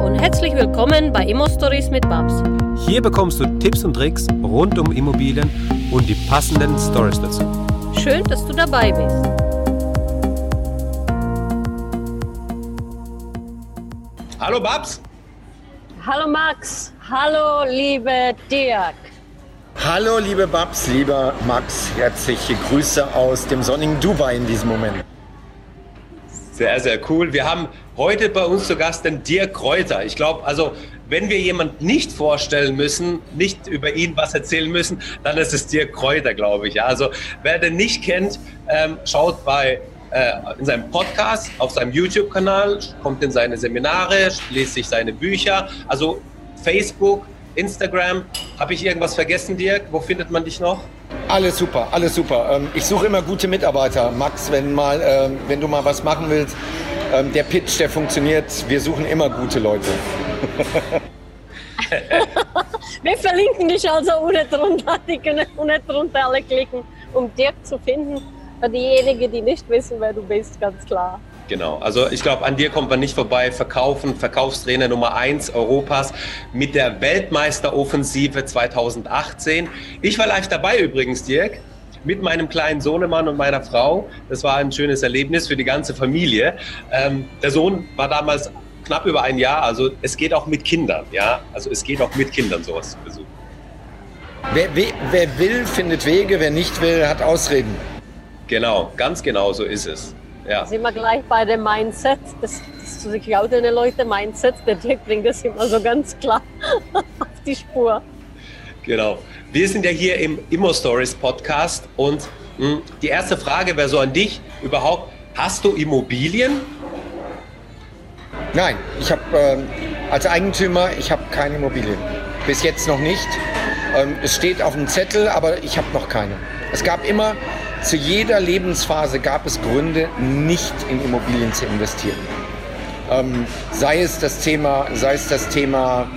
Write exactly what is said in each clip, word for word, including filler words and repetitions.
und herzlich willkommen bei Immo Stories mit Babs. Hier bekommst du Tipps und Tricks rund um Immobilien und die passenden Stories dazu. Schön, dass du dabei bist. Hallo Babs. Hallo Max. Hallo liebe Dirk. Hallo liebe Babs, lieber Max. Herzliche Grüße aus dem sonnigen Dubai in diesem Moment. Sehr, sehr cool. Wir haben heute bei uns zu Gast den Dirk Kräuter. Ich glaube, also wenn wir jemanden nicht vorstellen müssen, nicht über ihn was erzählen müssen, dann ist es Dirk Kräuter, glaube ich. Also wer den nicht kennt, ähm, schaut bei äh, in seinem Podcast, auf seinem YouTube-Kanal, kommt in seine Seminare, liest sich seine Bücher. Also Facebook, Instagram. Habe ich irgendwas vergessen, Dirk? Wo findet man dich noch? Alles super, alles super. Ich suche immer gute Mitarbeiter. Max, wenn, mal, wenn du mal was machen willst, der Pitch, der funktioniert. Wir suchen immer gute Leute. Wir verlinken dich also unten drunter. Die können unten drunter alle klicken, um Dirk zu finden. Für diejenigen, die nicht wissen, wer du bist, ganz klar. Genau, also ich glaube, an dir kommt man nicht vorbei. Verkaufen, Verkaufstrainer Nummer eins Europas mit der Weltmeisteroffensive zweitausendachtzehn. Ich war live dabei übrigens, Dirk, mit meinem kleinen Sohnemann und meiner Frau. Das war ein schönes Erlebnis für die ganze Familie. Ähm, der Sohn war damals knapp über ein Jahr, also es geht auch mit Kindern, ja. Also es geht auch mit Kindern sowas zu besuchen. Wer, wer, wer will, findet Wege, wer nicht will, hat Ausreden. Genau, ganz genau so ist es. Ja. Da sind wir gleich bei dem Mindset. Das, das ich auch den Leute Mindset. Der Dirk bringt das immer so ganz klar auf die Spur. Genau. Wir sind ja hier im Immo Stories Podcast und mh, die erste Frage wäre so an dich überhaupt: Hast du Immobilien? Nein, ich habe äh, als Eigentümer, ich habe keine Immobilien. Bis jetzt noch nicht. Ähm, es steht auf dem Zettel, aber ich habe noch keine. Es gab immer Zu jeder Lebensphase gab es Gründe, nicht in Immobilien zu investieren. Ähm, sei es das Thema, sei es das Thema,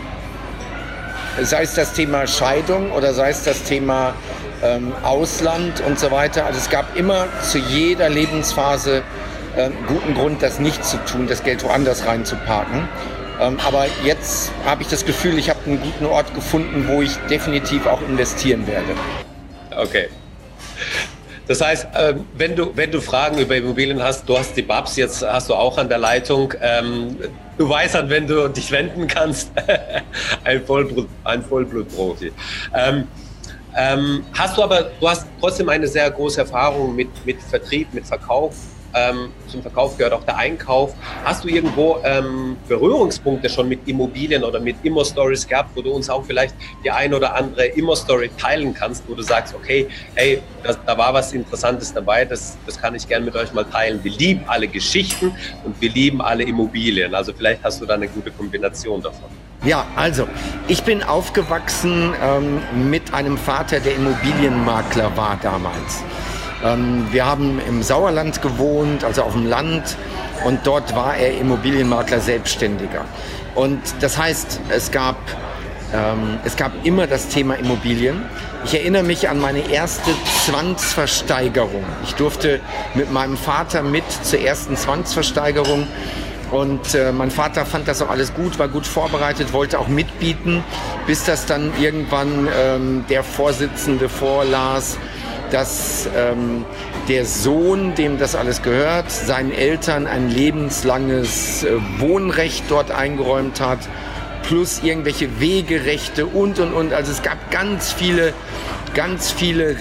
sei es das Thema Scheidung oder sei es das Thema ähm, Ausland und so weiter. Also es gab immer zu jeder Lebensphase äh, einen guten Grund, das nicht zu tun, das Geld woanders reinzuparken. Ähm, aber jetzt habe ich das Gefühl, ich habe einen guten Ort gefunden, wo ich definitiv auch investieren werde. Okay. Das heißt, wenn du, wenn du Fragen über Immobilien hast, du hast die Babs, jetzt hast du auch an der Leitung. Ähm, du weißt, an wen du dich wenden kannst. ein, Vollblut, ein Vollblutprofi. Ähm, ähm, hast du aber, du hast trotzdem eine sehr große Erfahrung mit, mit Vertrieb, mit Verkauf. Ähm, zum Verkauf gehört auch der Einkauf. Hast du irgendwo ähm, Berührungspunkte schon mit Immobilien oder mit Immo-Stories gehabt, wo du uns auch vielleicht die ein oder andere Immo-Story teilen kannst, wo du sagst, okay, hey, das, da war was Interessantes dabei, das, das kann ich gerne mit euch mal teilen. Wir lieben alle Geschichten und wir lieben alle Immobilien. Also vielleicht hast du da eine gute Kombination davon. Ja, also ich bin aufgewachsen ähm, mit einem Vater, der Immobilienmakler war damals. Ähm, wir haben im Sauerland gewohnt, also auf dem Land, und dort war er Immobilienmakler Selbstständiger. Und das heißt, es gab, ähm, es gab immer das Thema Immobilien. Ich erinnere mich an meine erste Zwangsversteigerung. Ich durfte mit meinem Vater mit zur ersten Zwangsversteigerung. Und äh, mein Vater fand das auch alles gut, war gut vorbereitet, wollte auch mitbieten, bis das dann irgendwann ähm, der Vorsitzende vorlas, dass ähm, der Sohn, dem das alles gehört, seinen Eltern ein lebenslanges äh, Wohnrecht dort eingeräumt hat, plus irgendwelche Wegerechte und, und, und. Also es gab ganz viele, ganz viele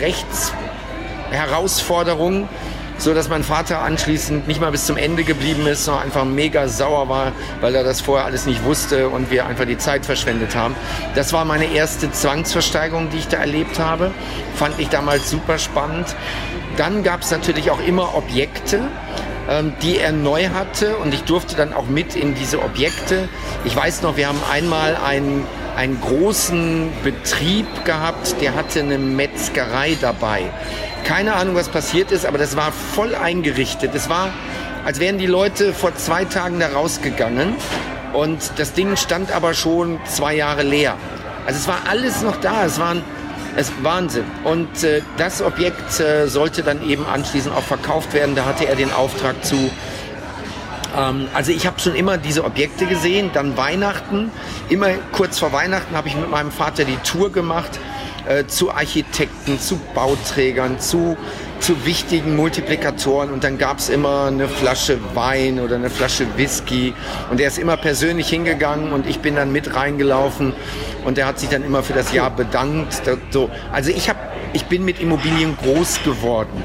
Rechtsherausforderungen, so dass mein Vater anschließend nicht mal bis zum Ende geblieben ist, sondern einfach mega sauer war, weil er das vorher alles nicht wusste und wir einfach die Zeit verschwendet haben. Das war meine erste Zwangsversteigerung, die ich da erlebt habe. Fand ich damals super spannend. Dann gab es natürlich auch immer Objekte, ähm, die er neu hatte, und ich durfte dann auch mit in diese Objekte. Ich weiß noch, wir haben einmal einen, einen großen Betrieb gehabt, der hatte eine Metzgerei dabei. Keine Ahnung, was passiert ist, aber das war voll eingerichtet. Es war, als wären die Leute vor zwei Tagen da rausgegangen, und das Ding stand aber schon zwei Jahre leer. Also es war alles noch da, es war, es war Wahnsinn. Und äh, das Objekt äh, sollte dann eben anschließend auch verkauft werden. Da hatte er den Auftrag zu. Ähm, also ich habe schon immer diese Objekte gesehen, dann Weihnachten, immer kurz vor Weihnachten habe ich mit meinem Vater die Tour gemacht, äh, zu Architekten, zu Bauträgern, zu, zu wichtigen Multiplikatoren und dann gab es immer eine Flasche Wein oder eine Flasche Whisky und er ist immer persönlich hingegangen und ich bin dann mit reingelaufen und er hat sich dann immer für das Jahr bedankt. So. Also ich, hab, ich bin mit Immobilien groß geworden.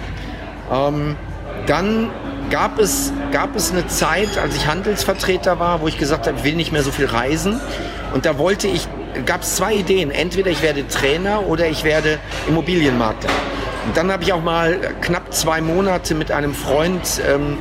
Ähm, dann gab es, gab es eine Zeit, als ich Handelsvertreter war, wo ich gesagt habe, ich will nicht mehr so viel reisen. Und da wollte ich, gab es zwei Ideen. Entweder ich werde Trainer oder ich werde Immobilienmakler. Und dann habe ich auch mal knapp zwei Monate mit einem Freund ähm,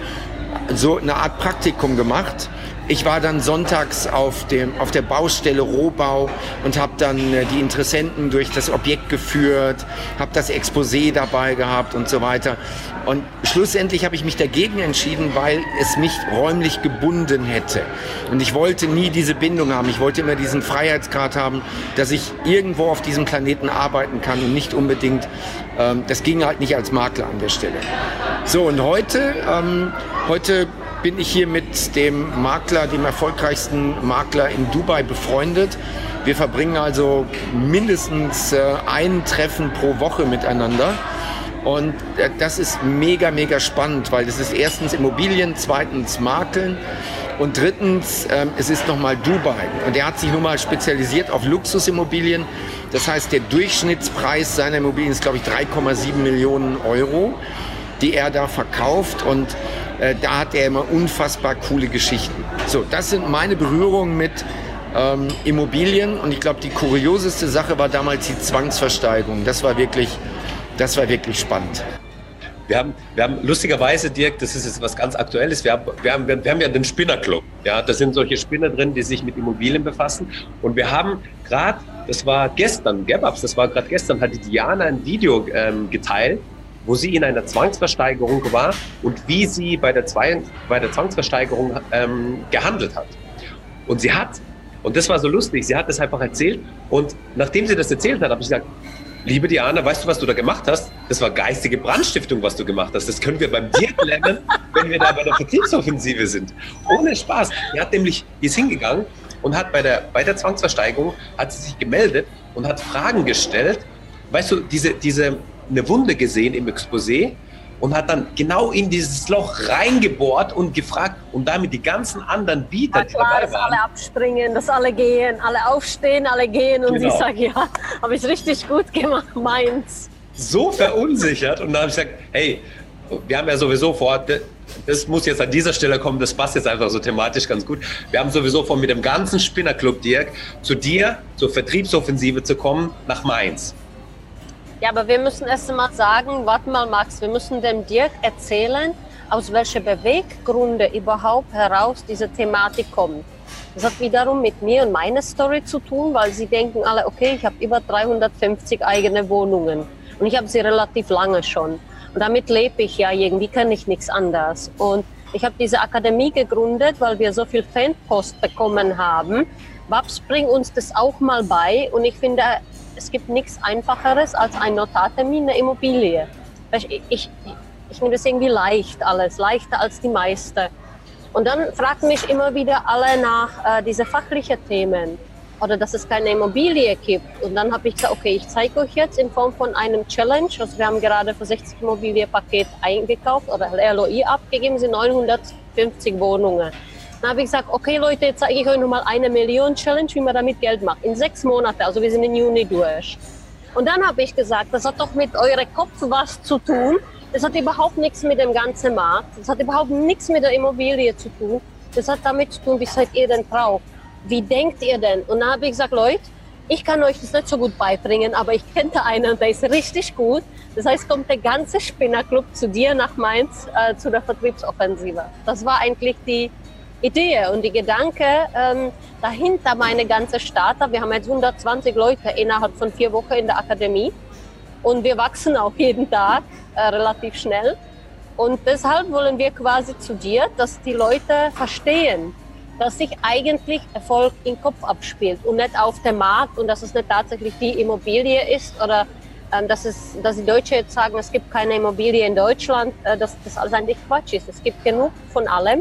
so eine Art Praktikum gemacht. Ich war dann sonntags auf, dem, auf der Baustelle Rohbau und habe dann äh, die Interessenten durch das Objekt geführt, habe das Exposé dabei gehabt und so weiter. Und schlussendlich habe ich mich dagegen entschieden, weil es mich räumlich gebunden hätte. Und ich wollte nie diese Bindung haben. Ich wollte immer diesen Freiheitsgrad haben, dass ich irgendwo auf diesem Planeten arbeiten kann und nicht unbedingt, ähm, das ging halt nicht als Makler an der Stelle. So, und heute, ähm, heute bin ich hier mit dem Makler, dem erfolgreichsten Makler in Dubai befreundet. Wir verbringen also mindestens äh, ein Treffen pro Woche miteinander. Und äh, das ist mega, mega spannend, weil das ist erstens Immobilien, zweitens Makeln und drittens, äh, es ist nochmal Dubai. Und er hat sich nun mal spezialisiert auf Luxusimmobilien. Das heißt, der Durchschnittspreis seiner Immobilien ist, glaube ich, drei Komma sieben Millionen Euro, die er da verkauft. Und äh, da hat er immer unfassbar coole Geschichten. So, das sind meine Berührungen mit ähm, Immobilien. Und ich glaube, die kurioseste Sache war damals die Zwangsversteigerung. Das war wirklich, das war wirklich spannend. Wir haben, wir haben lustigerweise, Dirk, das ist jetzt was ganz Aktuelles, wir haben, wir haben, wir haben ja den Spinnerclub. Ja, da sind solche Spinner drin, die sich mit Immobilien befassen. Und wir haben gerade, das war gestern, Gebabs, das war gerade gestern, hat die Diana ein Video ähm, geteilt, wo sie in einer Zwangsversteigerung war und wie sie bei der, Zwei, bei der Zwangsversteigerung ähm, gehandelt hat. Und sie hat, und das war so lustig, sie hat das einfach erzählt und nachdem sie das erzählt hat, habe ich gesagt, liebe Diana, weißt du, was du da gemacht hast? Das war geistige Brandstiftung, was du gemacht hast. Das können wir beim Dirk lernen, wenn wir da bei der Vertriebsoffensive sind. Ohne Spaß. Die hat nämlich, die ist hingegangen und hat bei der, bei der Zwangsversteigerung, hat sie sich gemeldet und hat Fragen gestellt. Weißt du, diese, diese, eine Wunde gesehen im Exposé und hat dann genau in dieses Loch reingebohrt und gefragt und damit die ganzen anderen Bieter, ja, klar, die dabei waren, dass alle abspringen, dass alle gehen, alle aufstehen, alle gehen und genau. Sie sagen, ja, habe ich richtig gut gemacht, meins. So verunsichert und dann habe ich gesagt, hey, wir haben ja sowieso vor, das muss jetzt an dieser Stelle kommen, das passt jetzt einfach so thematisch ganz gut. Wir haben sowieso vor, mit dem ganzen Spinnerclub, Dirk, zu dir, zur Vertriebsoffensive zu kommen, nach Mainz. Ja, aber wir müssen erst einmal sagen, warte mal Max, wir müssen dem Dirk erzählen, aus welchen Beweggründen überhaupt heraus diese Thematik kommt. Das hat wiederum mit mir und meiner Story zu tun, weil sie denken alle, okay, ich habe über dreihundertfünfzig eigene Wohnungen und ich habe sie relativ lange schon. Und damit lebe ich ja, irgendwie kann ich nichts anderes. Und ich habe diese Akademie gegründet, weil wir so viel Fanpost bekommen haben. Babs, bring uns das auch mal bei und ich finde, es gibt nichts Einfacheres als ein Notartermin, eine Immobilie. Ich, ich, ich finde das irgendwie leicht alles, leichter als die meisten. Und dann fragen mich immer wieder alle nach äh, diese fachlichen Themen oder dass es keine Immobilie gibt. Und dann habe ich gesagt, okay, ich zeige euch jetzt in Form von einem Challenge. Also wir haben gerade für sechzig Immobilienpaket eingekauft oder L O I abgegeben, sind neunhundertfünfzig Wohnungen. Dann habe ich gesagt, okay Leute, jetzt zeige ich euch nochmal eine Million Challenge, wie man damit Geld macht. In sechs Monaten, also wir sind im Juni durch. Und dann habe ich gesagt, das hat doch mit eurem Kopf was zu tun. Das hat überhaupt nichts mit dem ganzen Markt. Das hat überhaupt nichts mit der Immobilie zu tun. Das hat damit zu tun, wie seid ihr denn drauf? Wie denkt ihr denn? Und dann habe ich gesagt, Leute, ich kann euch das nicht so gut beibringen, aber ich kenne einen, der ist richtig gut. Das heißt, kommt der ganze Spinnerclub zu dir nach Mainz äh, zu der Vertriebsoffensive. Das war eigentlich die Idee und die Gedanke ähm, dahinter meine ganze Startup. Wir haben jetzt hundertzwanzig Leute innerhalb von vier Wochen in der Akademie und wir wachsen auch jeden Tag äh, relativ schnell. Und deshalb wollen wir quasi zu dir, dass die Leute verstehen, dass sich eigentlich Erfolg im Kopf abspielt und nicht auf dem Markt und dass es nicht tatsächlich die Immobilie ist oder ähm, dass, es, dass die Deutschen jetzt sagen, es gibt keine Immobilie in Deutschland, äh, dass das alles eigentlich Quatsch ist. Es gibt genug von allem.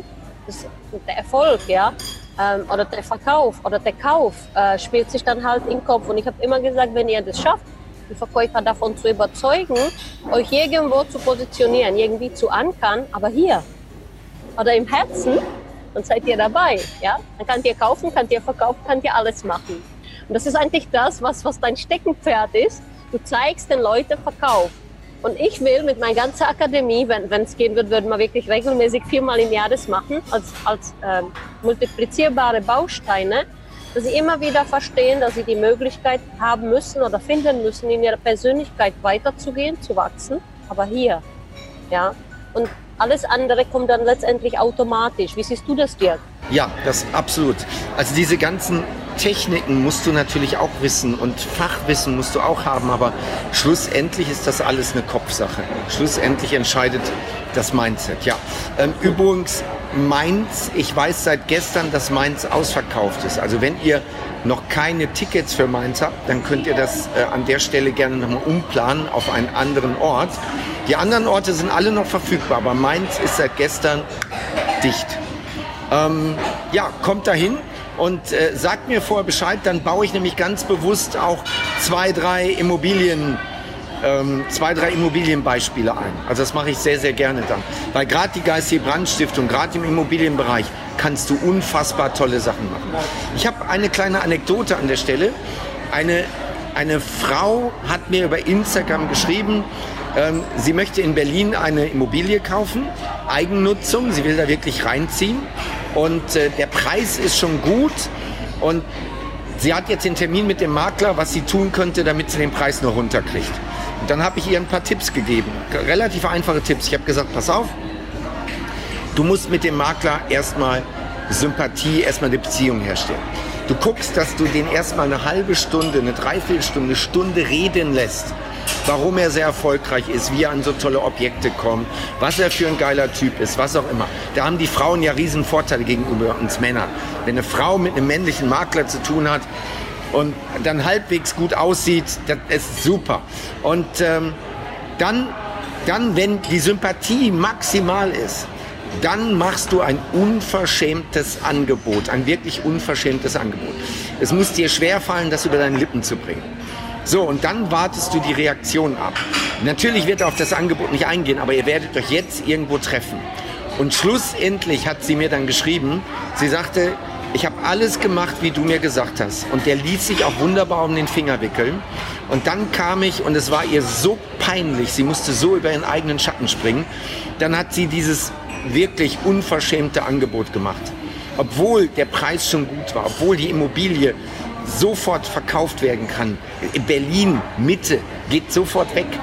das, der Erfolg, ja, ähm, oder der Verkauf oder der Kauf äh, spielt sich dann halt im Kopf. Und ich habe immer gesagt, wenn ihr das schafft, die Verkäufer davon zu überzeugen, euch irgendwo zu positionieren, irgendwie zu ankern, aber hier oder im Herzen, dann seid ihr dabei. Ja? Dann könnt ihr kaufen, könnt ihr verkaufen, könnt ihr alles machen. Und das ist eigentlich das, was, was dein Steckenpferd ist. Du zeigst den Leuten Verkauf. Und ich will mit meiner ganzen Akademie, wenn es gehen wird, würden wir wirklich regelmäßig viermal im Jahr das machen, als, als äh, multiplizierbare Bausteine, dass sie immer wieder verstehen, dass sie die Möglichkeit haben müssen oder finden müssen, in ihrer Persönlichkeit weiterzugehen, zu wachsen, aber hier. Ja? Und alles andere kommt dann letztendlich automatisch. Wie siehst du das, Dirk? Ja, das absolut. Also diese ganzen Techniken musst du natürlich auch wissen und Fachwissen musst du auch haben, aber schlussendlich ist das alles eine Kopfsache. Schlussendlich entscheidet das Mindset. Ja. Ähm, übrigens, Mainz, ich weiß seit gestern, dass Mainz ausverkauft ist. Also wenn ihr noch keine Tickets für Mainz habt, dann könnt ihr das äh, an der Stelle gerne nochmal umplanen auf einen anderen Ort. Die anderen Orte sind alle noch verfügbar, aber Mainz ist seit gestern dicht. Ähm, ja, kommt dahin und äh, sagt mir vorher Bescheid, dann baue ich nämlich ganz bewusst auch zwei, drei Immobilien, ähm, zwei, drei Immobilienbeispiele ein. Also das mache ich sehr, sehr gerne dann. Weil gerade die Geistige Brandstiftung, gerade im Immobilienbereich, kannst du unfassbar tolle Sachen machen. Ich habe eine kleine Anekdote an der Stelle. Eine, eine Frau hat mir über Instagram geschrieben, ähm, sie möchte in Berlin eine Immobilie kaufen, Eigennutzung, sie will da wirklich reinziehen. Und äh, der Preis ist schon gut und sie hat jetzt den Termin mit dem Makler, was sie tun könnte, damit sie den Preis noch runterkriegt. Und dann habe ich ihr ein paar Tipps gegeben, relativ einfache Tipps. Ich habe gesagt, pass auf, du musst mit dem Makler erstmal Sympathie, erstmal eine Beziehung herstellen. Du guckst, dass du den erstmal eine halbe Stunde, eine Dreiviertelstunde, eine Stunde reden lässt. Warum er sehr erfolgreich ist, wie er an so tolle Objekte kommt, was er für ein geiler Typ ist, was auch immer. Da haben die Frauen ja riesen Vorteile gegenüber uns Männern. Wenn eine Frau mit einem männlichen Makler zu tun hat und dann halbwegs gut aussieht, das ist super. Und ähm, dann, dann, wenn die Sympathie maximal ist, dann machst du ein unverschämtes Angebot, ein wirklich unverschämtes Angebot. Es muss dir schwerfallen, das über deine Lippen zu bringen. So, und dann wartest du die Reaktion ab. Natürlich wird er auf das Angebot nicht eingehen, aber ihr werdet euch jetzt irgendwo treffen. Und schlussendlich hat sie mir dann geschrieben, sie sagte, ich habe alles gemacht, wie du mir gesagt hast. Und der ließ sich auch wunderbar um den Finger wickeln. Und dann kam ich und es war ihr so peinlich, sie musste so über ihren eigenen Schatten springen. Dann hat sie dieses wirklich unverschämte Angebot gemacht. Obwohl der Preis schon gut war, obwohl die Immobilie sofort verkauft werden kann. In Berlin, Mitte, geht sofort weg.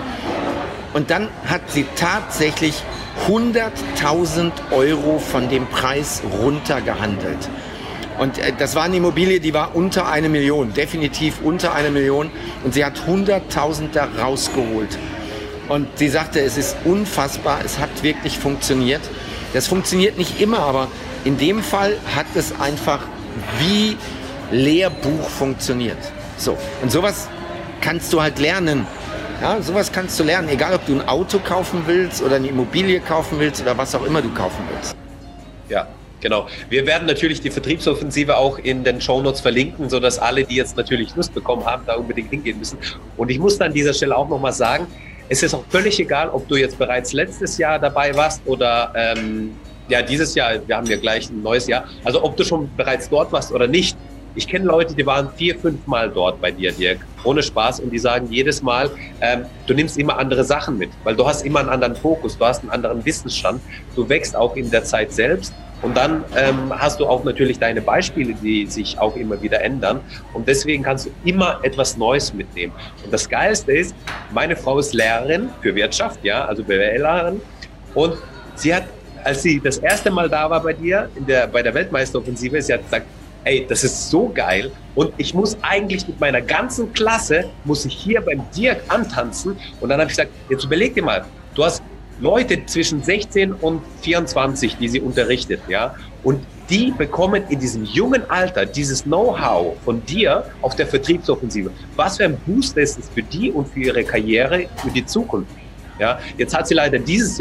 Und dann hat sie tatsächlich hunderttausend Euro von dem Preis runtergehandelt. Und das war eine Immobilie, die war unter eine Million, definitiv unter eine Million. Und sie hat hunderttausend da rausgeholt. Und sie sagte, es ist unfassbar, es hat wirklich funktioniert. Das funktioniert nicht immer, aber in dem Fall hat es einfach wie Lehrbuch funktioniert. So. Und sowas kannst du halt lernen. Ja, sowas kannst du lernen, egal ob du ein Auto kaufen willst oder eine Immobilie kaufen willst oder was auch immer du kaufen willst. Ja, genau. Wir werden natürlich die Vertriebsoffensive auch in den Shownotes verlinken, sodass alle, die jetzt natürlich Lust bekommen haben, da unbedingt hingehen müssen. Und ich muss an dieser Stelle auch nochmal sagen, es ist auch völlig egal, ob du jetzt bereits letztes Jahr dabei warst oder ähm, ja, dieses Jahr, wir haben ja gleich ein neues Jahr, also ob du schon bereits dort warst oder nicht. Ich kenne Leute, die waren vier, fünf Mal dort bei dir, Dirk, ohne Spaß. Und die sagen jedes Mal, ähm, du nimmst immer andere Sachen mit, weil du hast immer einen anderen Fokus, du hast einen anderen Wissensstand. Du wächst auch in der Zeit selbst. Und dann ähm, hast du auch natürlich deine Beispiele, die sich auch immer wieder ändern. Und deswegen kannst du immer etwas Neues mitnehmen. Und das Geilste ist, meine Frau ist Lehrerin für Wirtschaft, ja, also B W L-Lehrerin. Und sie hat, als sie das erste Mal da war bei dir, in der, bei der Weltmeisteroffensive, sie hat gesagt, ey, das ist so geil und ich muss eigentlich mit meiner ganzen Klasse, muss ich hier beim Dirk antanzen. Und dann habe ich gesagt, jetzt überleg dir mal, du hast Leute zwischen sechzehn und vierundzwanzig, die sie unterrichtet, ja, und die bekommen in diesem jungen Alter dieses Know-how von dir auf der Vertriebsoffensive. Was für ein Booster ist es für die und für ihre Karriere, für die Zukunft? Ja, jetzt hat sie leider dieses Jahr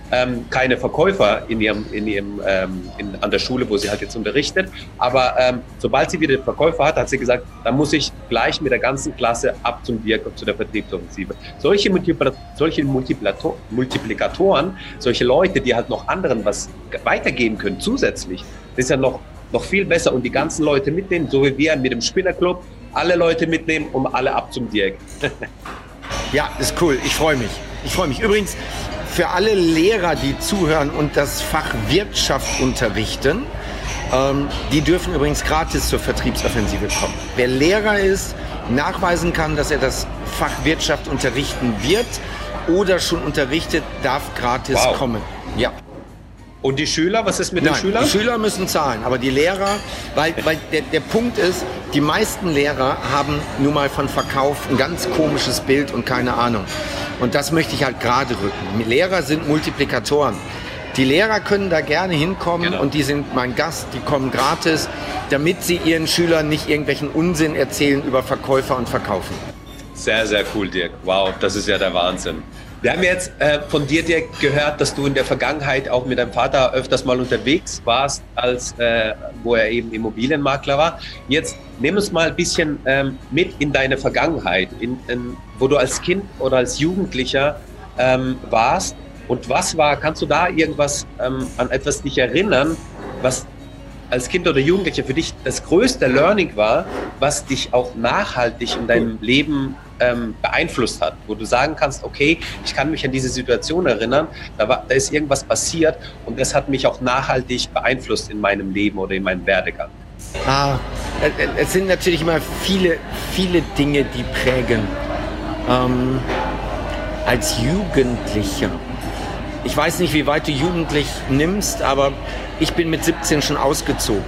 ähm, keine Verkäufer in ihrem, in ihrem, ähm, in, an der Schule, wo sie halt jetzt unterrichtet. Aber ähm, sobald sie wieder den Verkäufer hat, hat sie gesagt, dann muss ich gleich mit der ganzen Klasse ab zum Dirk, zu der Vertriebsoffensive. Solche, Multipl solche Multiplator Multiplikatoren, solche Leute, die halt noch anderen was weitergeben können zusätzlich, das ist ja noch, noch viel besser. Und die ganzen Leute mitnehmen, so wie wir mit dem Spinnerclub, alle Leute mitnehmen und alle ab zum Dirk. Ja, ist cool. Ich freue mich. Ich freue mich. Übrigens, für alle Lehrer, die zuhören und das Fach Wirtschaft unterrichten, ähm, die dürfen übrigens gratis zur Vertriebsoffensive kommen. Wer Lehrer ist, nachweisen kann, dass er das Fach Wirtschaft unterrichten wird oder schon unterrichtet, darf gratis wow. kommen. Ja. Und die Schüler, was ist mit Nein, den Schülern? Die Schüler müssen zahlen, aber die Lehrer, weil, weil der, der Punkt ist, die meisten Lehrer haben nun mal von Verkauf ein ganz komisches Bild und keine Ahnung. Und das möchte ich halt gerade rücken. Lehrer sind Multiplikatoren. Die Lehrer können da gerne hinkommen genau. und die sind mein Gast, die kommen gratis, damit sie ihren Schülern nicht irgendwelchen Unsinn erzählen über Verkäufer und Verkaufen. Sehr, sehr cool, Dirk. Wow, das ist ja der Wahnsinn. Wir haben jetzt äh, von dir, Dirk, gehört, dass du in der Vergangenheit auch mit deinem Vater öfters mal unterwegs warst, als äh, wo er eben Immobilienmakler war. Jetzt nimm uns mal ein bisschen ähm, mit in deine Vergangenheit, in, in, wo du als Kind oder als Jugendlicher ähm, warst. Und was war, kannst du da irgendwas ähm, an etwas dich erinnern, was als Kind oder Jugendlicher für dich das größte Learning war, was dich auch nachhaltig in deinem Leben ähm, beeinflusst hat, wo du sagen kannst, okay, ich kann mich an diese Situation erinnern, da, war, da ist irgendwas passiert und das hat mich auch nachhaltig beeinflusst in meinem Leben oder in meinem Werdegang. Ah, es sind natürlich immer viele, viele Dinge, die prägen. Ähm, als Jugendlicher, ich weiß nicht, wie weit du jugendlich nimmst, aber ich bin mit siebzehn schon ausgezogen.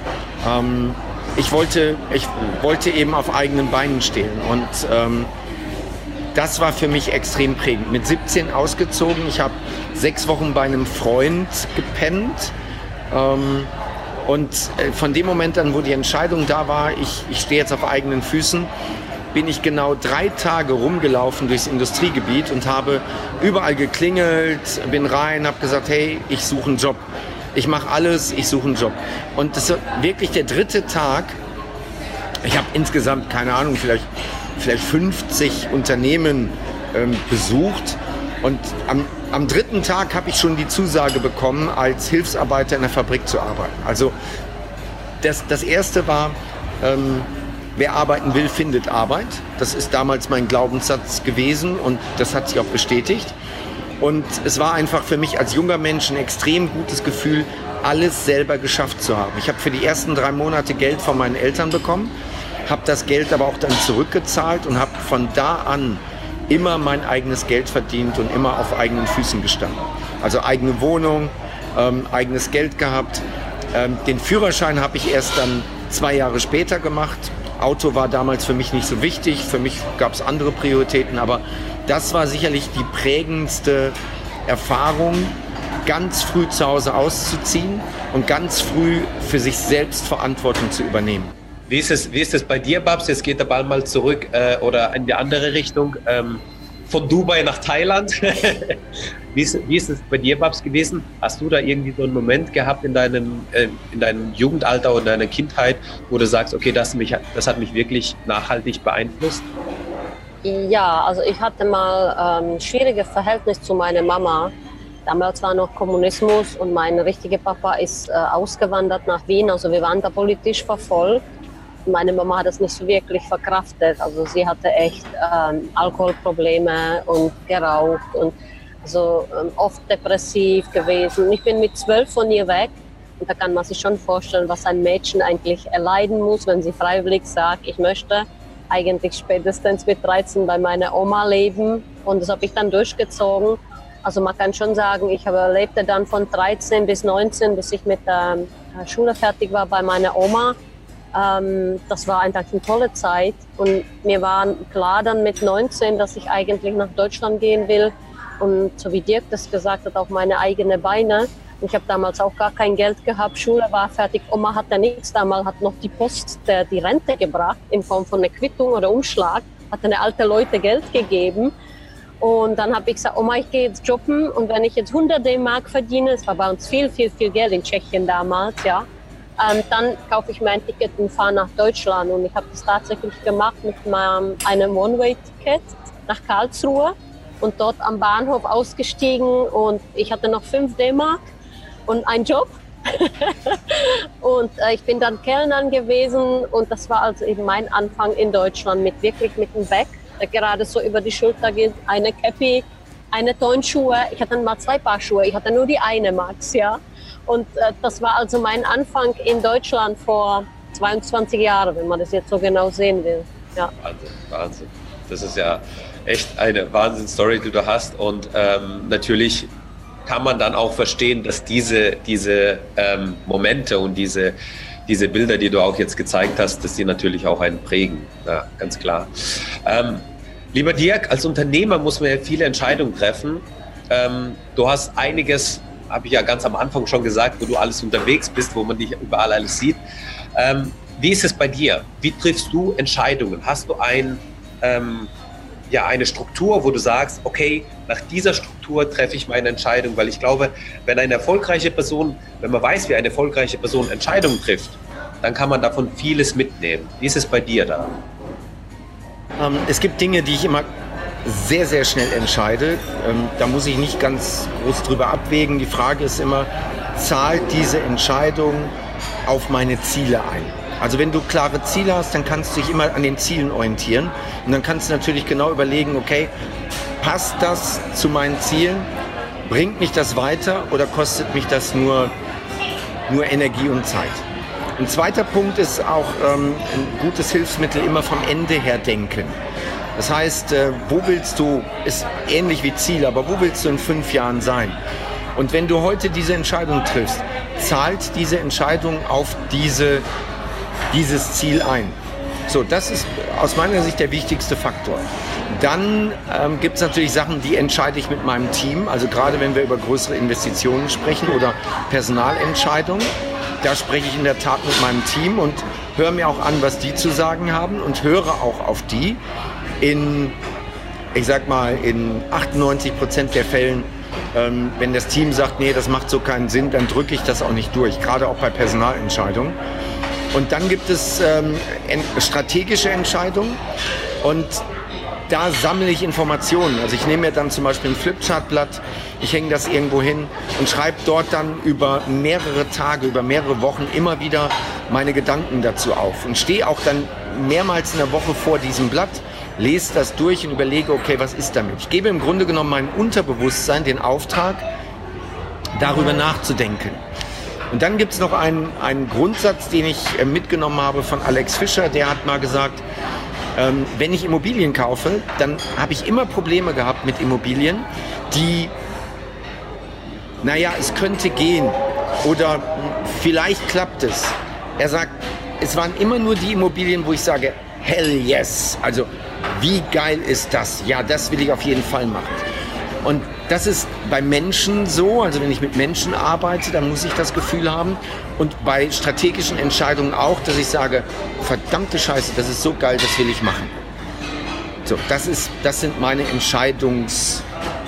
Ähm, ich, wollte, ich wollte eben auf eigenen Beinen stehen und ähm, das war für mich extrem prägend. Mit siebzehn ausgezogen, ich habe sechs Wochen bei einem Freund gepennt ähm, und von dem Moment an, wo die Entscheidung da war, ich, ich stehe jetzt auf eigenen Füßen, bin ich genau drei Tage rumgelaufen durchs Industriegebiet und habe überall geklingelt, bin rein, habe gesagt, hey, ich suche einen Job. Ich mache alles, ich suche einen Job. Und das ist wirklich der dritte Tag. Ich habe insgesamt, keine Ahnung, vielleicht, vielleicht fünfzig Unternehmen ähm, besucht. Und am, am dritten Tag habe ich schon die Zusage bekommen, als Hilfsarbeiter in der Fabrik zu arbeiten. Also das, das erste war, ähm, wer arbeiten will, findet Arbeit. Das ist damals mein Glaubenssatz gewesen und das hat sich auch bestätigt. Und es war einfach für mich als junger Mensch ein extrem gutes Gefühl, alles selber geschafft zu haben. Ich habe für die ersten drei Monate Geld von meinen Eltern bekommen, habe das Geld aber auch dann zurückgezahlt und habe von da an immer mein eigenes Geld verdient und immer auf eigenen Füßen gestanden. Also eigene Wohnung, ähm, eigenes Geld gehabt. Ähm, den Führerschein habe ich erst dann zwei Jahre später gemacht. Auto war damals für mich nicht so wichtig, für mich gab es andere Prioritäten, aber das war sicherlich die prägendste Erfahrung, ganz früh zu Hause auszuziehen und ganz früh für sich selbst Verantwortung zu übernehmen. Wie ist es, wie ist es bei dir, Babs? Jetzt geht der Ball mal zurück äh, oder in die andere Richtung, ähm, von Dubai nach Thailand. wie, ist, wie ist es bei dir, Babs, gewesen? Hast du da irgendwie so einen Moment gehabt in deinem, äh, in deinem Jugendalter oder in deiner Kindheit, wo du sagst, okay, das, mich, das hat mich wirklich nachhaltig beeinflusst? Ja, also ich hatte mal ein ähm, schwieriges Verhältnis zu meiner Mama. Damals war noch Kommunismus und mein richtiger Papa ist äh, ausgewandert nach Wien. Also wir waren da politisch verfolgt. Meine Mama hat es nicht so wirklich verkraftet. Also sie hatte echt ähm, Alkoholprobleme und geraucht und also ähm, oft depressiv gewesen. Ich bin mit zwölf von ihr weg und da kann man sich schon vorstellen, was ein Mädchen eigentlich erleiden muss, wenn sie freiwillig sagt, ich möchte eigentlich spätestens mit dreizehn bei meiner Oma leben und das habe ich dann durchgezogen. Also man kann schon sagen, ich habe, lebte dann von dreizehn bis neunzehn, bis ich mit der Schule fertig war bei meiner Oma. Ähm, das war einfach eine tolle Zeit und mir war klar dann mit neunzehn, dass ich eigentlich nach Deutschland gehen will und so wie Dirk das gesagt hat, auf meine eigenen Beine. Ich habe damals auch gar kein Geld gehabt, Schule war fertig, Oma hatte nichts, damals hat noch die Post der, die Rente gebracht in Form von einer Quittung oder Umschlag, hat eine alte Leute Geld gegeben Und dann habe ich gesagt, Oma, ich gehe jetzt jobben und wenn ich jetzt hundert D-Mark verdiene, das war bei uns viel, viel, viel Geld in Tschechien damals, ja, ähm, dann kaufe ich mir ein Ticket und fahre nach Deutschland. Und ich habe das tatsächlich gemacht mit meinem, einem One-Way-Ticket nach Karlsruhe und dort am Bahnhof ausgestiegen und ich hatte noch fünf D-Mark und einen Job. Und äh, ich bin dann Kellnerin gewesen und das war also eben mein Anfang in Deutschland mit wirklich mit dem Bag, der gerade so über die Schulter geht, eine Cappy, eine Turnschuhe. Ich hatte mal zwei Paar Schuhe, ich hatte nur die eine, Max, ja. Und äh, das war also mein Anfang in Deutschland vor zweiundzwanzig Jahren, wenn man das jetzt so genau sehen will. Ja. Wahnsinn, Wahnsinn. Das ist ja echt eine Wahnsinn-Story, die du hast und ähm, natürlich kann man dann auch verstehen, dass diese, diese ähm, Momente und diese, diese Bilder, die du auch jetzt gezeigt hast, dass die natürlich auch einen prägen. Ja, ganz klar. Ähm, lieber Dirk, als Unternehmer muss man ja viele Entscheidungen treffen. Ähm, du hast einiges, habe ich ja ganz am Anfang schon gesagt, wo du alles unterwegs bist, wo man dich überall alles sieht. Ähm, wie ist es bei dir? Wie triffst du Entscheidungen? Hast du ein... Ähm, ja, eine Struktur, wo du sagst, okay, nach dieser Struktur treffe ich meine Entscheidung, weil ich glaube, wenn eine erfolgreiche Person, wenn man weiß, wie eine erfolgreiche Person Entscheidungen trifft, dann kann man davon vieles mitnehmen. Wie ist es bei dir da? Ähm, es gibt Dinge, die ich immer sehr, sehr schnell entscheide. Ähm, da muss ich nicht ganz groß drüber abwägen. Die Frage ist immer, zahlt diese Entscheidung auf meine Ziele ein? Also wenn du klare Ziele hast, dann kannst du dich immer an den Zielen orientieren und dann kannst du natürlich genau überlegen, okay, passt das zu meinen Zielen, bringt mich das weiter oder kostet mich das nur, nur Energie und Zeit? Ein zweiter Punkt ist auch ähm, ein gutes Hilfsmittel, immer vom Ende her denken. Das heißt, äh, wo willst du, ist ähnlich wie Ziel, aber wo willst du in fünf Jahren sein? Und wenn du heute diese Entscheidung triffst, zahlt diese Entscheidung auf diese dieses Ziel ein. So, das ist aus meiner Sicht der wichtigste Faktor. Dann ähm, gibt es natürlich Sachen, die entscheide ich mit meinem Team. Also gerade wenn wir über größere Investitionen sprechen oder Personalentscheidungen, da spreche ich in der Tat mit meinem Team und höre mir auch an, was die zu sagen haben und höre auch auf die. In, ich sag mal, in achtundneunzig Prozent der Fällen, ähm, wenn das Team sagt, nee, das macht so keinen Sinn, dann drücke ich das auch nicht durch, gerade auch bei Personalentscheidungen. Und dann gibt es ähm, strategische Entscheidungen und da sammle ich Informationen. Also ich nehme mir dann zum Beispiel ein Flipchartblatt, ich hänge das irgendwo hin und schreibe dort dann über mehrere Tage, über mehrere Wochen immer wieder meine Gedanken dazu auf und stehe auch dann mehrmals in der Woche vor diesem Blatt, lese das durch und überlege, okay, was ist damit? Ich gebe im Grunde genommen meinem Unterbewusstsein den Auftrag, darüber nachzudenken. Und dann gibt es noch einen, einen Grundsatz, den ich äh, mitgenommen habe von Alex Fischer, der hat mal gesagt, ähm, wenn ich Immobilien kaufe, dann habe ich immer Probleme gehabt mit Immobilien, die, naja, es könnte gehen oder vielleicht klappt es. Er sagt, es waren immer nur die Immobilien, wo ich sage, hell yes, also wie geil ist das? Ja, das will ich auf jeden Fall machen. Und das ist bei Menschen so, also wenn ich mit Menschen arbeite, dann muss ich das Gefühl haben und bei strategischen Entscheidungen auch, dass ich sage, verdammte Scheiße, das ist so geil, das will ich machen. So, das ist, das sind meine Entscheidungswege.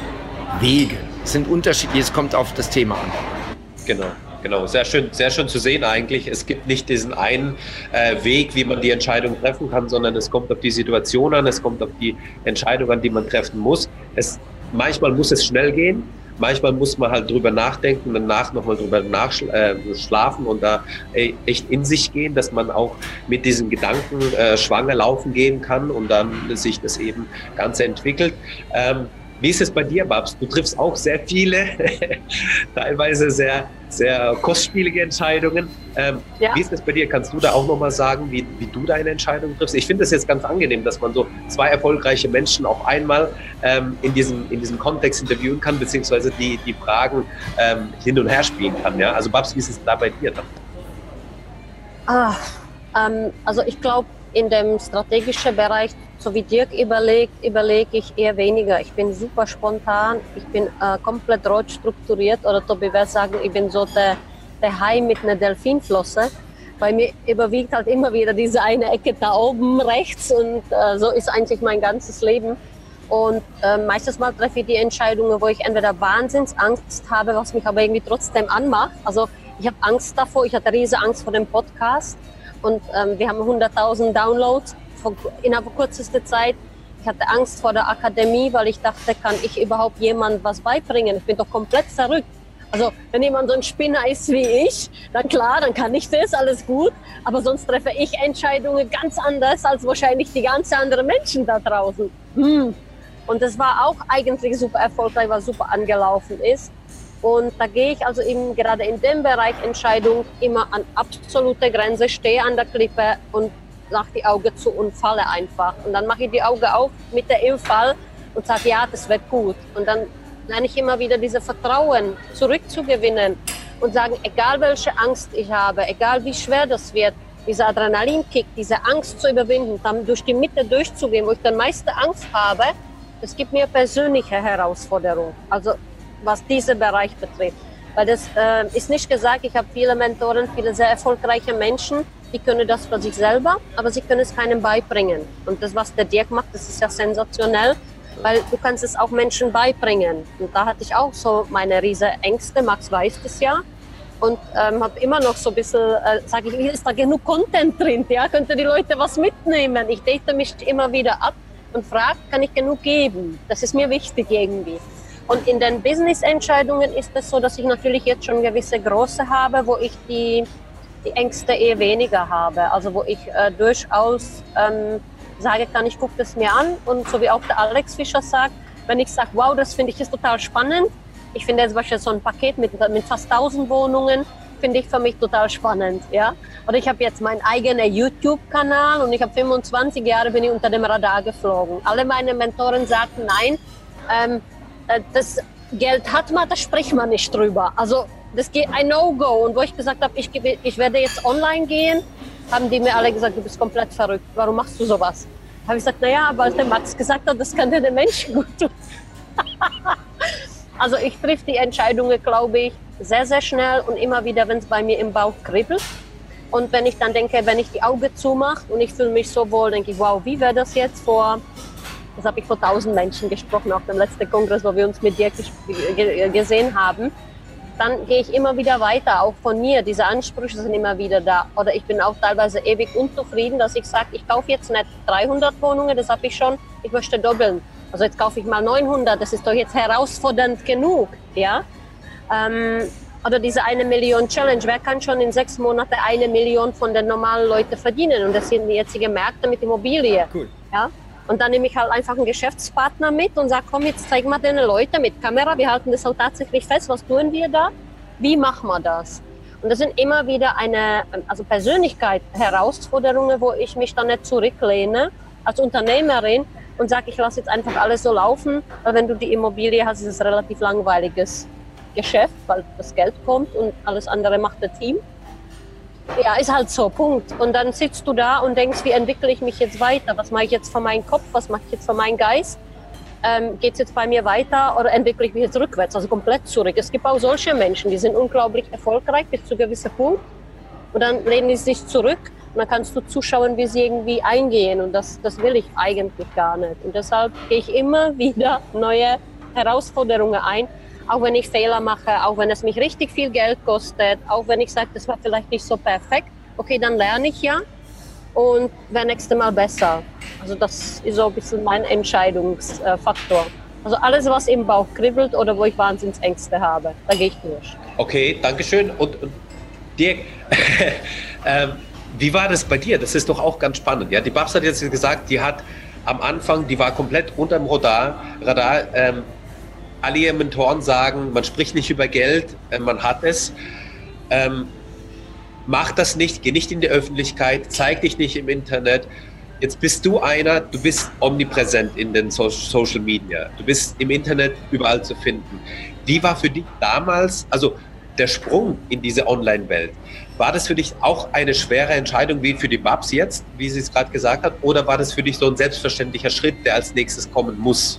Es sind unterschiedlich, es kommt auf das Thema an. Genau. Genau, sehr schön, sehr schön zu sehen eigentlich. Es gibt nicht diesen einen äh, Weg, wie man die Entscheidung treffen kann, sondern es kommt auf die Situation an, es kommt auf die Entscheidung an, die man treffen muss. Es, manchmal muss es schnell gehen, manchmal muss man halt drüber nachdenken, danach nochmal drüber nachschlafen äh, und da äh, echt in sich gehen, dass man auch mit diesen Gedanken äh, schwanger laufen gehen kann und dann sich das eben Ganze entwickelt. Ähm, Wie ist es bei dir, Babs? Du triffst auch sehr viele, teilweise sehr, sehr kostspielige Entscheidungen. Ähm, ja. Wie ist es bei dir? Kannst du da auch nochmal sagen, wie, wie du deine Entscheidungen triffst? Ich finde es jetzt ganz angenehm, dass man so zwei erfolgreiche Menschen auf einmal ähm, in, diesem, in diesem Kontext interviewen kann, beziehungsweise die, die Fragen ähm, hin und her spielen kann. Ja? Also Babs, wie ist es da bei dir dann? Ah, ähm, also ich glaube, in dem strategischen Bereich, so wie Dirk überlegt, überlege ich eher weniger. Ich bin super spontan, ich bin äh, komplett rot strukturiert oder Tobi würde sagen, ich bin so der, der Hai mit einer Delfinflosse. Bei mir überwiegt halt immer wieder diese eine Ecke da oben rechts und äh, so ist eigentlich mein ganzes Leben. Und äh, meistens mal treffe ich die Entscheidungen, wo ich entweder Wahnsinnsangst habe, was mich aber irgendwie trotzdem anmacht. Also ich habe Angst davor, ich hatte riesige Angst vor dem Podcast. Und ähm, wir haben hunderttausend Downloads innerhalb kürzester Zeit. Ich hatte Angst vor der Akademie, weil ich dachte, kann ich überhaupt jemandem was beibringen? Ich bin doch komplett verrückt. Also wenn jemand so ein Spinner ist wie ich, dann klar, dann kann ich das, alles gut. Aber sonst treffe ich Entscheidungen ganz anders als wahrscheinlich die ganzen anderen Menschen da draußen. Hm. Und das war auch eigentlich super erfolgreich, was super angelaufen ist. Und da gehe ich also eben gerade in dem Bereich Entscheidung immer an absolute Grenze, stehe an der Klippe und mache die Augen zu und falle einfach. Und dann mache ich die Augen auf mit der im Fall und sage, ja, das wird gut. Und dann lerne ich immer wieder diese Vertrauen zurückzugewinnen und sagen, egal welche Angst ich habe, egal wie schwer das wird, dieser Adrenalinkick, diese Angst zu überwinden, dann durch die Mitte durchzugehen, wo ich dann meiste Angst habe, das gibt mir persönliche Herausforderung. Also was diesen Bereich betrifft. Weil das äh, ist nicht gesagt, ich habe viele Mentoren, viele sehr erfolgreiche Menschen, die können das für sich selber, aber sie können es keinem beibringen. Und das, was der Dirk macht, das ist ja sensationell, weil du kannst es auch Menschen beibringen. Und da hatte ich auch so meine riesen Ängste, Max weiß das ja. Und ähm, habe immer noch so ein bisschen, äh, sage ich, ist da genug Content drin, ja? Könnte die Leute was mitnehmen? Ich date mich immer wieder ab und frage, kann ich genug geben? Das ist mir wichtig irgendwie. Und in den Business-Entscheidungen ist es so, dass ich natürlich jetzt schon gewisse Größe habe, wo ich die, die Ängste eher weniger habe. Also wo ich äh, durchaus ähm, sage kann, ich gucke das mir an. Und so wie auch der Alex Fischer sagt, wenn ich sage, wow, das finde ich ist total spannend. Ich finde zum Beispiel so ein Paket mit, mit fast tausend Wohnungen, finde ich für mich total spannend. Ja? Oder ich habe jetzt meinen eigenen YouTube-Kanal und ich habe fünfundzwanzig Jahre bin ich unter dem Radar geflogen. Alle meine Mentoren sagten, nein, ähm, das Geld hat man, da spricht man nicht drüber. Also das geht ein No-Go. Und wo ich gesagt habe, ich, ich werde jetzt online gehen, haben die mir alle gesagt, du bist komplett verrückt. Warum machst du sowas? Habe ich gesagt, naja, weil der Max gesagt hat, das kann dir den Menschen gut tun. Also ich treffe die Entscheidungen, glaube ich, sehr, sehr schnell und immer wieder, wenn es bei mir im Bauch kribbelt. Und wenn ich dann denke, wenn ich die Augen zumache und ich fühle mich so wohl, denke ich, wow, wie wäre das jetzt vor... Das habe ich vor tausend Menschen gesprochen auf dem letzten Kongress, wo wir uns mit dir gesehen haben. Dann gehe ich immer wieder weiter, auch von mir. Diese Ansprüche sind immer wieder da. Oder ich bin auch teilweise ewig unzufrieden, dass ich sage, ich kaufe jetzt nicht dreihundert Wohnungen, das habe ich schon, ich möchte doppeln. Also jetzt kaufe ich mal neunhundert, das ist doch jetzt herausfordernd genug. Ja? Ähm, oder diese eine Million Challenge, wer kann schon in sechs Monaten eine Million von den normalen Leuten verdienen? Und das sind die jetzigen Märkte mit Immobilien. Cool. Ja? Und dann nehme ich halt einfach einen Geschäftspartner mit und sage, komm, jetzt zeigen wir den Leuten mit Kamera, wir halten das auch tatsächlich fest, was tun wir da, wie machen wir das? Und das sind immer wieder eine, also Persönlichkeit, Herausforderungen, wo ich mich dann nicht zurücklehne als Unternehmerin und sage, ich lasse jetzt einfach alles so laufen, weil wenn du die Immobilie hast, ist es ein relativ langweiliges Geschäft, weil das Geld kommt und alles andere macht das Team. Ja, ist halt so, Punkt. Und dann sitzt du da und denkst, wie entwickle ich mich jetzt weiter? Was mache ich jetzt für meinen Kopf? Was mache ich jetzt für meinen Geist? Ähm, geht es jetzt bei mir weiter oder entwickle ich mich jetzt rückwärts, also komplett zurück? Es gibt auch solche Menschen, die sind unglaublich erfolgreich bis zu einem gewissen Punkt. Und dann lehnen die sich zurück und dann kannst du zuschauen, wie sie irgendwie eingehen. Und das, das will ich eigentlich gar nicht. Und deshalb gehe ich immer wieder neue Herausforderungen ein. Auch wenn ich Fehler mache, auch wenn es mich richtig viel Geld kostet, auch wenn ich sage, das war vielleicht nicht so perfekt, okay, dann lerne ich ja und werde nächstes Mal besser. Also das ist so ein bisschen mein Entscheidungsfaktor. Also alles, was im Bauch kribbelt oder wo ich Wahnsinnsängste habe, da gehe ich durch. Okay, danke schön. Und, und Dirk, ähm, wie war das bei dir? Das ist doch auch ganz spannend. Ja? Die Babs hat jetzt gesagt, die hat am Anfang, die war komplett unterm Radar, Radar ähm, alle ihre Mentoren sagen, man spricht nicht über Geld, äh, man hat es. Ähm, mach das nicht, geh nicht in die Öffentlichkeit, zeig dich nicht im Internet. Jetzt bist du einer, du bist omnipräsent in den so- Social Media. Du bist im Internet überall zu finden. Wie war für dich damals, also der Sprung in diese Online-Welt, war das für dich auch eine schwere Entscheidung wie für die Babs jetzt, wie sie es gerade gesagt hat, oder war das für dich so ein selbstverständlicher Schritt, der als nächstes kommen muss?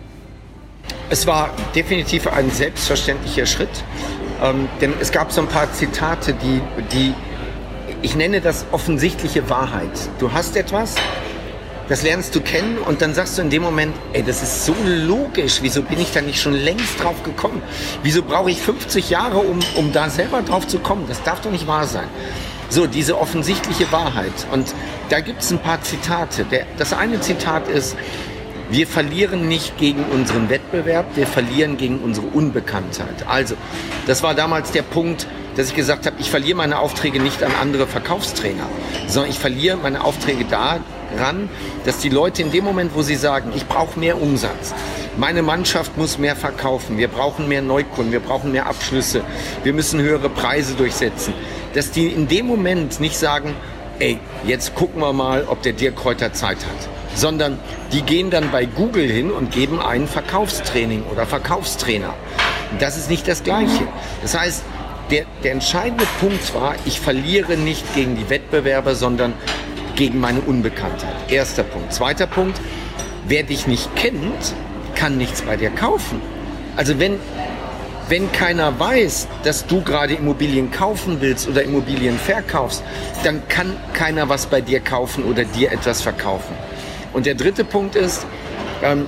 Es war definitiv ein selbstverständlicher Schritt, ähm, denn es gab so ein paar Zitate, die, die, ich nenne das offensichtliche Wahrheit. Du hast etwas das lernst du kennen und dann sagst du in dem Moment, ey, das ist so logisch, wieso bin ich da nicht schon längst drauf gekommen? Wieso brauche ich fünfzig Jahre, um, um da selber drauf zu kommen? Das darf doch nicht wahr sein. So, diese offensichtliche Wahrheit. Und da gibt es ein paar Zitate. Der, das eine Zitat ist, wir verlieren nicht gegen unseren Wettbewerb, wir verlieren gegen unsere Unbekanntheit. Also, das war damals der Punkt, dass ich gesagt habe, ich verliere meine Aufträge nicht an andere Verkaufstrainer, sondern ich verliere meine Aufträge daran, dass die Leute in dem Moment, wo sie sagen, ich brauche mehr Umsatz, meine Mannschaft muss mehr verkaufen, wir brauchen mehr Neukunden, wir brauchen mehr Abschlüsse, wir müssen höhere Preise durchsetzen, dass die in dem Moment nicht sagen, ey, jetzt gucken wir mal, ob der Dirk heute Zeit hat, sondern die gehen dann bei Google hin und geben ein Verkaufstraining oder Verkaufstrainer. Das ist nicht das Gleiche. Das heißt, der, der entscheidende Punkt war, ich verliere nicht gegen die Wettbewerber, sondern gegen meine Unbekanntheit. Erster Punkt. Zweiter Punkt, wer dich nicht kennt, kann nichts bei dir kaufen. Also wenn, wenn keiner weiß, dass du gerade Immobilien kaufen willst oder Immobilien verkaufst, dann kann keiner was bei dir kaufen oder dir etwas verkaufen. Und der dritte Punkt ist, ähm,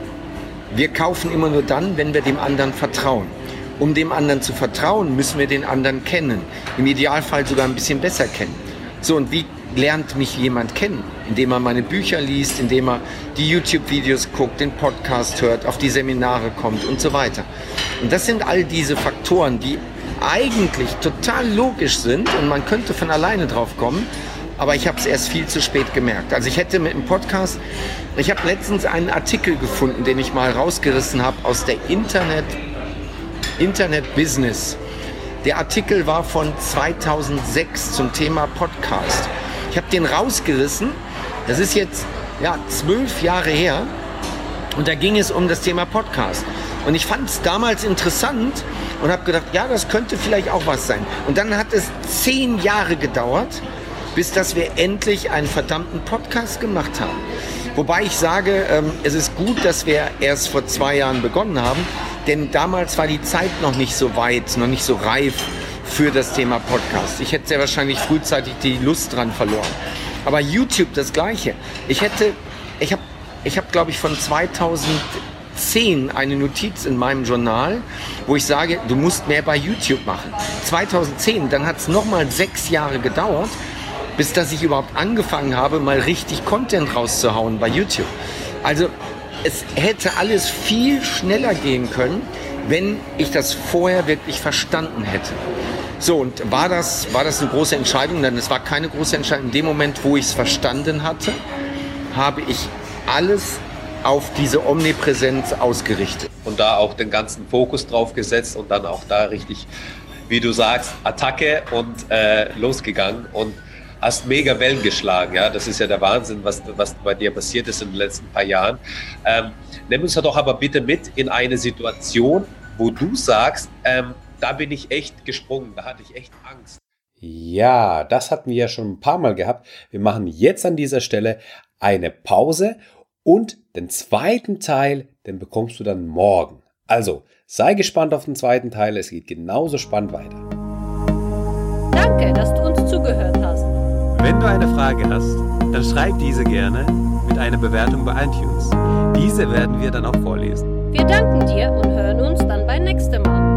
wir kaufen immer nur dann, wenn wir dem anderen vertrauen. Um dem anderen zu vertrauen, müssen wir den anderen kennen. Im Idealfall sogar ein bisschen besser kennen. So, und wie lernt mich jemand kennen? Indem er meine Bücher liest, indem er die YouTube-Videos guckt, den Podcast hört, auf die Seminare kommt und so weiter. Und das sind all diese Faktoren, die eigentlich total logisch sind und man könnte von alleine drauf kommen, aber ich habe es erst viel zu spät gemerkt. Also ich hätte mit dem Podcast, ich habe letztens einen Artikel gefunden, den ich mal rausgerissen habe aus der Internet, Internet Business. Der Artikel war von zweitausendsechs zum Thema Podcast. Ich habe den rausgerissen, das ist jetzt ja, zwölf Jahre her und da ging es um das Thema Podcast. Und ich fand es damals interessant und habe gedacht, ja, das könnte vielleicht auch was sein. Und dann hat es zehn Jahre gedauert, bis dass wir endlich einen verdammten Podcast gemacht haben. Wobei ich sage, ähm, es ist gut, dass wir erst vor zwei Jahren begonnen haben, denn damals war die Zeit noch nicht so weit, noch nicht so reif für das Thema Podcast. Ich hätte sehr wahrscheinlich frühzeitig die Lust dran verloren. Aber YouTube das Gleiche. Ich hätte, ich habe, ich habe, glaube ich, von zweitausendzehn eine Notiz in meinem Journal, wo ich sage, du musst mehr bei YouTube machen. zweitausendzehn, dann hat es nochmal sechs Jahre gedauert, bis dass ich überhaupt angefangen habe, mal richtig Content rauszuhauen bei YouTube. Also es hätte alles viel schneller gehen können, wenn ich das vorher wirklich verstanden hätte. So, und war das, war das eine große Entscheidung? Nein, es war keine große Entscheidung. In dem Moment, wo ich es verstanden hatte, habe ich alles auf diese Omnipräsenz ausgerichtet. Und da auch den ganzen Fokus drauf gesetzt und dann auch da richtig, wie du sagst, Attacke und äh, losgegangen und hast mega Wellen geschlagen, ja, das ist ja der Wahnsinn, was, was bei dir passiert ist in den letzten paar Jahren. Ähm, nimm uns doch aber bitte mit in eine Situation, wo du sagst, ähm, da bin ich echt gesprungen, da hatte ich echt Angst. Ja, das hatten wir ja schon ein paar Mal gehabt. Wir machen jetzt an dieser Stelle eine Pause und den zweiten Teil, den bekommst du dann morgen. Also, sei gespannt auf den zweiten Teil, es geht genauso spannend weiter. Danke, dass du uns zugehört hast. Wenn du eine Frage hast, dann schreib diese gerne mit einer Bewertung bei iTunes. Diese werden wir dann auch vorlesen. Wir danken dir und hören uns dann beim nächsten Mal.